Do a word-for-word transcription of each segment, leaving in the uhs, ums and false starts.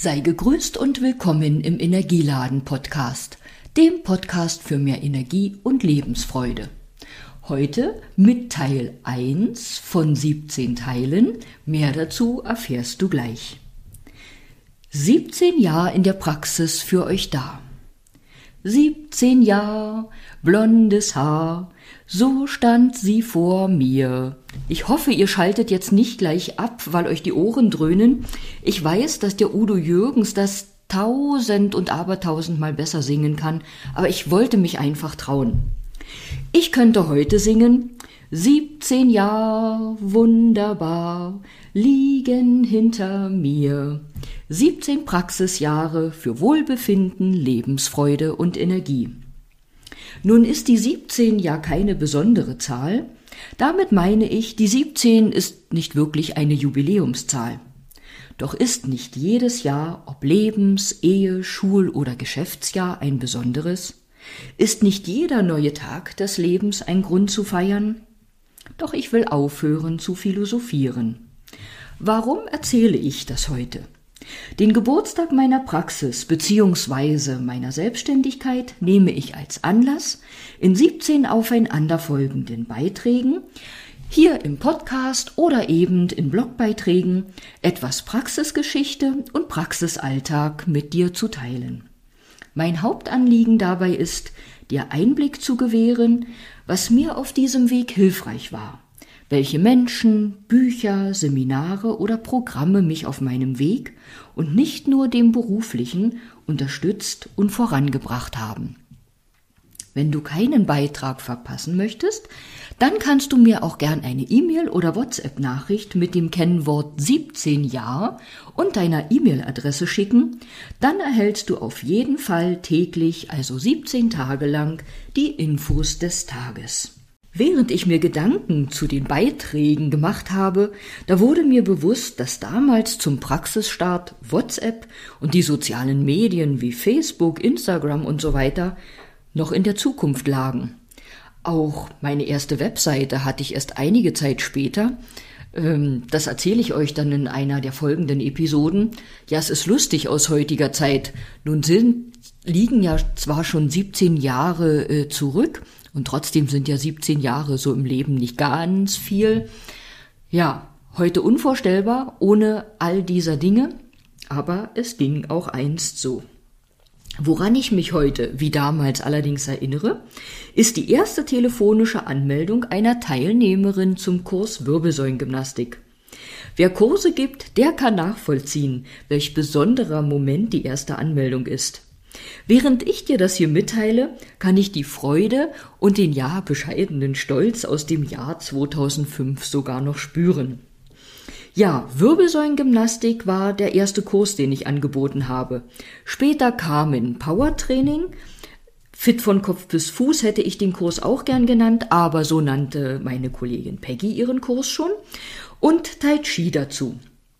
Sei gegrüßt und willkommen im Energieladen-Podcast, dem Podcast für mehr Energie und Lebensfreude. Heute mit Teil eins von siebzehn Teilen, mehr dazu erfährst du gleich. siebzehn Jahre in der Praxis für euch da. siebzehn Jahre, blondes Haar, so stand sie vor mir. Ich hoffe, ihr schaltet jetzt nicht gleich ab, weil euch die Ohren dröhnen. Ich weiß, dass der Udo Jürgens das tausend und abertausendmal besser singen kann, aber ich wollte mich einfach trauen. Ich könnte heute singen: siebzehn Jahre, wunderbar, liegen hinter mir. siebzehn Praxisjahre für Wohlbefinden, Lebensfreude und Energie. Nun ist die siebzehn ja keine besondere Zahl. Damit meine ich, die siebzehn ist nicht wirklich eine Jubiläumszahl. Doch ist nicht jedes Jahr, ob Lebens-, Ehe-, Schul- oder Geschäftsjahr, ein besonderes? Ist nicht jeder neue Tag des Lebens ein Grund zu feiern? Doch ich will aufhören zu philosophieren. Warum erzähle ich das heute? Den Geburtstag meiner Praxis bzw. meiner Selbstständigkeit nehme ich als Anlass, in siebzehn aufeinanderfolgenden Beiträgen, hier im Podcast oder eben in Blogbeiträgen, etwas Praxisgeschichte und Praxisalltag mit dir zu teilen. Mein Hauptanliegen dabei ist, dir Einblick zu gewähren, was mir auf diesem Weg hilfreich war, welche Menschen, Bücher, Seminare oder Programme mich auf meinem Weg und nicht nur dem beruflichen unterstützt und vorangebracht haben. Wenn du keinen Beitrag verpassen möchtest, dann kannst du mir auch gern eine E-Mail oder WhatsApp-Nachricht mit dem Kennwort siebzehn Jahre und deiner E-Mail-Adresse schicken. Dann erhältst du auf jeden Fall täglich, also siebzehn Tage lang, die Infos des Tages. Während ich mir Gedanken zu den Beiträgen gemacht habe, da wurde mir bewusst, dass damals zum Praxisstart WhatsApp und die sozialen Medien wie Facebook, Instagram und so weiter noch in der Zukunft lagen. Auch meine erste Webseite hatte ich erst einige Zeit später. Das erzähle ich euch dann in einer der folgenden Episoden. Ja, es ist lustig aus heutiger Zeit. Nun sind, liegen ja zwar schon siebzehn Jahre äh, zurück, und trotzdem sind ja siebzehn Jahre so im Leben nicht ganz viel. Ja, heute unvorstellbar ohne all dieser Dinge, aber es ging auch einst so. Woran ich mich heute, wie damals allerdings erinnere, ist die erste telefonische Anmeldung einer Teilnehmerin zum Kurs Wirbelsäulengymnastik. Wer Kurse gibt, der kann nachvollziehen, welch besonderer Moment die erste Anmeldung ist. Während ich dir das hier mitteile, kann ich die Freude und den ja bescheidenen Stolz aus dem Jahr zweitausendfünf sogar noch spüren. Ja, Wirbelsäulengymnastik war der erste Kurs, den ich angeboten habe. Später kamen Powertraining, Fit von Kopf bis Fuß hätte ich den Kurs auch gern genannt, aber so nannte meine Kollegin Peggy ihren Kurs schon, und Tai Chi dazu.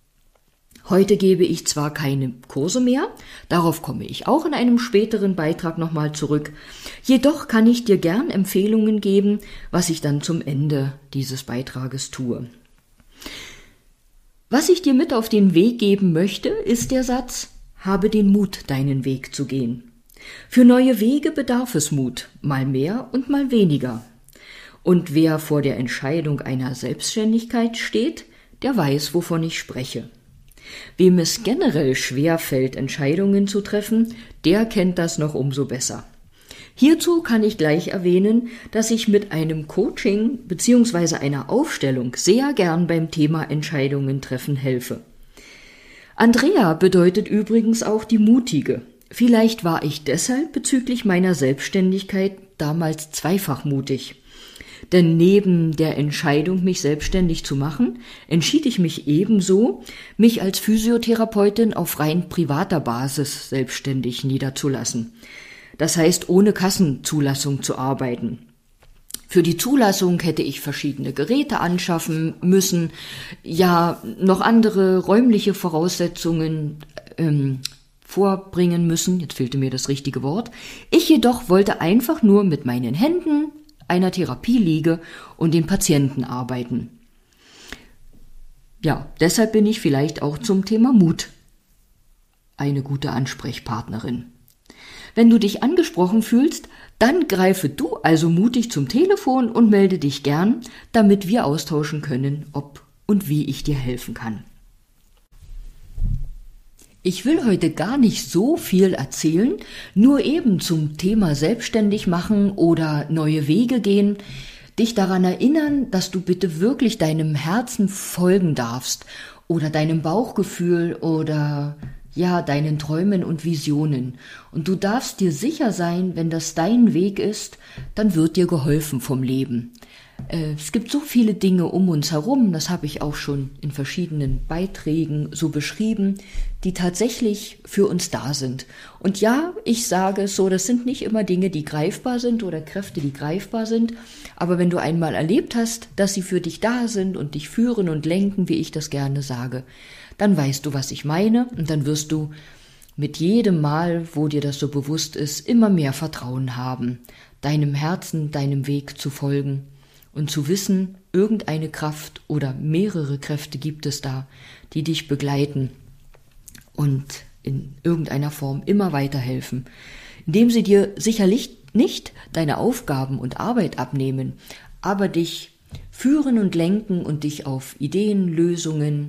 Heute gebe ich zwar keine Kurse mehr, darauf komme ich auch in einem späteren Beitrag nochmal zurück, jedoch kann ich dir gern Empfehlungen geben, was ich dann zum Ende dieses Beitrages tue. Was ich dir mit auf den Weg geben möchte, ist der Satz: Habe den Mut, deinen Weg zu gehen. Für neue Wege bedarf es Mut, mal mehr und mal weniger. Und wer vor der Entscheidung einer Selbstständigkeit steht, der weiß, wovon ich spreche. Wem es generell schwer fällt, Entscheidungen zu treffen, der kennt das noch umso besser. Hierzu kann ich gleich erwähnen, dass ich mit einem Coaching bzw. einer Aufstellung sehr gern beim Thema Entscheidungen treffen helfe. Andrea bedeutet übrigens auch die Mutige. Vielleicht war ich deshalb bezüglich meiner Selbstständigkeit damals zweifach mutig. Denn neben der Entscheidung, mich selbstständig zu machen, entschied ich mich ebenso, mich als Physiotherapeutin auf rein privater Basis selbstständig niederzulassen. Das heißt, ohne Kassenzulassung zu arbeiten. Für die Zulassung hätte ich verschiedene Geräte anschaffen müssen, ja, noch andere räumliche Voraussetzungen ähm, vorbringen müssen. Jetzt fehlte mir das richtige Wort. Ich jedoch wollte einfach nur mit meinen Händen, einer Therapieliege und den Patienten arbeiten. Ja, deshalb bin ich vielleicht auch zum Thema Mut eine gute Ansprechpartnerin. Wenn du dich angesprochen fühlst, dann greife du also mutig zum Telefon und melde dich gern, damit wir austauschen können, ob und wie ich dir helfen kann. Ich will heute gar nicht so viel erzählen, nur eben zum Thema selbstständig machen oder neue Wege gehen, dich daran erinnern, dass du bitte wirklich deinem Herzen folgen darfst oder deinem Bauchgefühl oder ja, deinen Träumen und Visionen. Und du darfst dir sicher sein, wenn das dein Weg ist, dann wird dir geholfen vom Leben. Äh, es gibt so viele Dinge um uns herum, das habe ich auch schon in verschiedenen Beiträgen so beschrieben, die tatsächlich für uns da sind. Und ja, ich sage es so, das sind nicht immer Dinge, die greifbar sind oder Kräfte, die greifbar sind, aber wenn du einmal erlebt hast, dass sie für dich da sind und dich führen und lenken, wie ich das gerne sage, dann weißt du, was ich meine, und dann wirst du mit jedem Mal, wo dir das so bewusst ist, immer mehr Vertrauen haben, deinem Herzen, deinem Weg zu folgen und zu wissen, irgendeine Kraft oder mehrere Kräfte gibt es da, die dich begleiten und in irgendeiner Form immer weiterhelfen, indem sie dir sicherlich nicht deine Aufgaben und Arbeit abnehmen, aber dich führen und lenken und dich auf Ideen, Lösungen,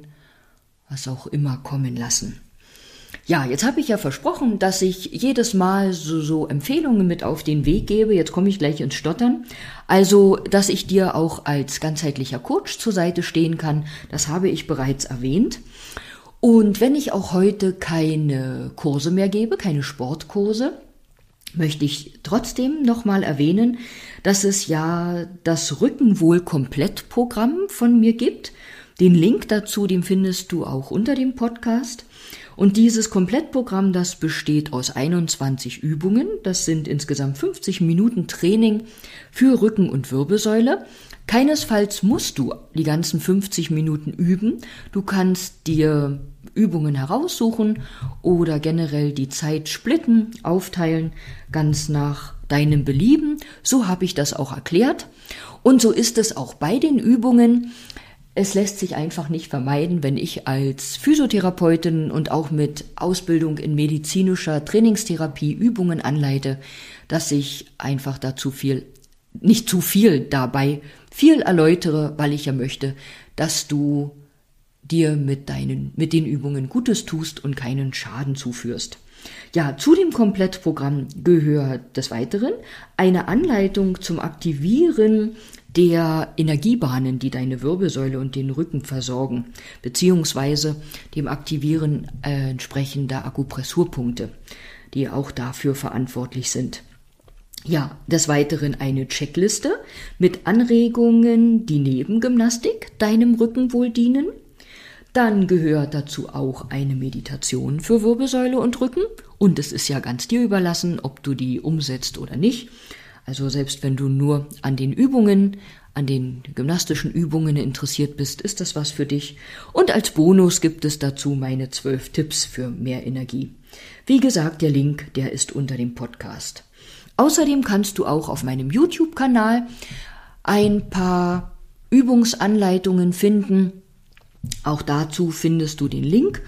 was auch immer kommen lassen. Ja, jetzt habe ich ja versprochen, dass ich jedes Mal so, so Empfehlungen mit auf den Weg gebe. Jetzt komme ich gleich ins Stottern. Also, dass ich dir auch als ganzheitlicher Coach zur Seite stehen kann, das habe ich bereits erwähnt. Und wenn ich auch heute keine Kurse mehr gebe, keine Sportkurse, möchte ich trotzdem nochmal erwähnen, dass es ja das Rückenwohl-Komplett-Programm von mir gibt. Den Link dazu, den findest du auch unter dem Podcast. Und dieses Komplettprogramm, das besteht aus einundzwanzig Übungen. Das sind insgesamt fünfzig Minuten Training für Rücken und Wirbelsäule. Keinesfalls musst du die ganzen fünfzig Minuten üben. Du kannst dir Übungen heraussuchen oder generell die Zeit splitten, aufteilen, ganz nach deinem Belieben. So habe ich das auch erklärt. Und so ist es auch bei den Übungen. Es lässt sich einfach nicht vermeiden, wenn ich als Physiotherapeutin und auch mit Ausbildung in medizinischer Trainingstherapie Übungen anleite, dass ich einfach dazu viel, nicht zu viel dabei, viel erläutere, weil ich ja möchte, dass du dir mit deinen, mit den Übungen Gutes tust und keinen Schaden zuführst. Ja, zu dem Komplettprogramm gehört des Weiteren eine Anleitung zum Aktivieren der Energiebahnen, die deine Wirbelsäule und den Rücken versorgen, beziehungsweise dem Aktivieren äh, entsprechender Akupressurpunkte, die auch dafür verantwortlich sind. Ja, des Weiteren eine Checkliste mit Anregungen, die neben Gymnastik deinem Rückenwohl dienen. Dann gehört dazu auch eine Meditation für Wirbelsäule und Rücken. Und es ist ja ganz dir überlassen, ob du die umsetzt oder nicht. Also selbst wenn du nur an den Übungen, an den gymnastischen Übungen interessiert bist, ist das was für dich. Und als Bonus gibt es dazu meine zwölf Tipps für mehr Energie. Wie gesagt, der Link, der ist unter dem Podcast. Außerdem kannst du auch auf meinem YouTube-Kanal ein paar Übungsanleitungen finden. Auch dazu findest du den Link.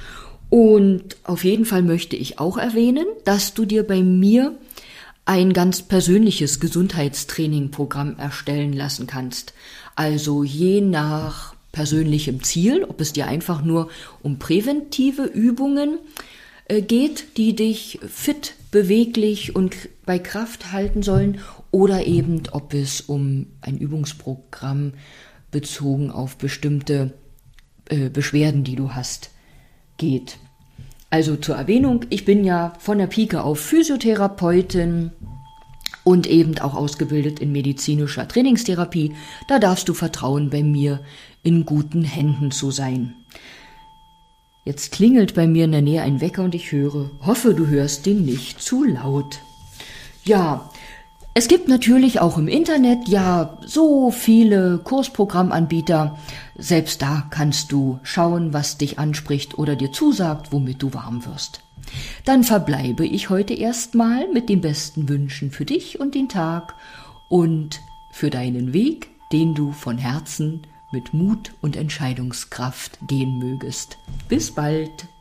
Und auf jeden Fall möchte ich auch erwähnen, dass du dir bei mir ein ganz persönliches Gesundheitstraining-Programm erstellen lassen kannst. Also je nach persönlichem Ziel, ob es dir einfach nur um präventive Übungen äh, geht, die dich fit, beweglich und bei Kraft halten sollen, oder eben ob es um ein Übungsprogramm bezogen auf bestimmte äh, Beschwerden, die du hast, geht. Also zur Erwähnung, ich bin ja von der Pike auf Physiotherapeutin und eben auch ausgebildet in medizinischer Trainingstherapie. Da darfst du vertrauen, bei mir in guten Händen zu sein. Jetzt klingelt bei mir in der Nähe ein Wecker und ich höre, hoffe, du hörst den nicht zu laut. Ja, es gibt natürlich auch im Internet ja so viele Kursprogrammanbieter. Selbst da kannst du schauen, was dich anspricht oder dir zusagt, womit du warm wirst. Dann verbleibe ich heute erstmal mit den besten Wünschen für dich und den Tag und für deinen Weg, den du von Herzen mit Mut und Entscheidungskraft gehen mögest. Bis bald!